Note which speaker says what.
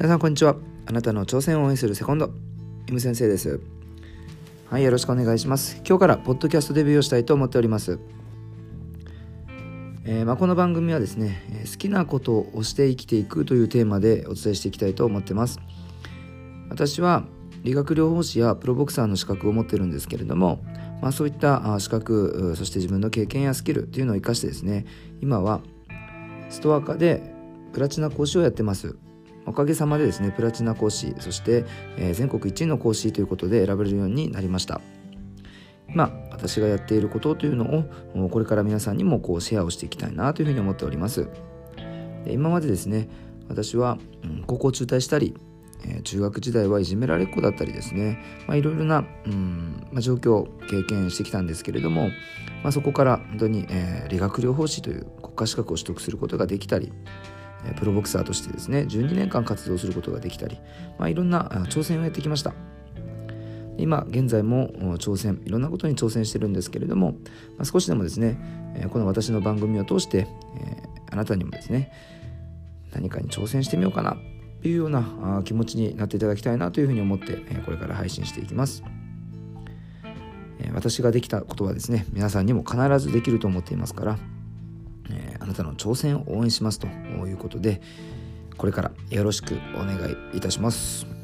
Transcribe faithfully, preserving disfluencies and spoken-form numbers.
Speaker 1: 皆さんこんにちは。あなたの挑戦を応援するセコンド M 先生です。はい、よろしくお願いします。今日からポッドキャストデビューをしたいと思っております。えーまあ、この番組はですね、好きなことをして生きていくというテーマでお伝えしていきたいと思っています。私は理学療法士やプロボクサーの資格を持っているんですけれども、まあ、そういった資格、そして自分の経験やスキルというのを生かしてですね、今はストア化でプラチナ講師をやってます。おかげさまでですね、プラチナ講師、そして、えー、全国いちいの講師ということで選ばれるようになりました。今私がやっていることというのをこれから皆さんにもこうシェアをしていきたいなというふうに思っております。で今までですね、私は、うん、高校中退したり、えー、中学時代はいじめられっ子だったりですね、まあ、いろいろな、うんまあ、状況を経験してきたんですけれども、まあ、そこから本当に、えー、理学療法士という国家資格を取得することができたり、プロボクサーとしてですねじゅうにねんかん活動することができたり、まあ、いろんな挑戦をやってきました。今現在も挑戦いろんなことに挑戦してるんですけれども、まあ、少しでもですねこの私の番組を通して、えー、あなたにもですね何かに挑戦してみようかなというような気持ちになっていただきたいなというふうに思ってこれから配信していきます。私ができたことはですね皆さんにも必ずできると思っていますから、えー、あなたの挑戦を応援しますということでこれからよろしくお願いいたします。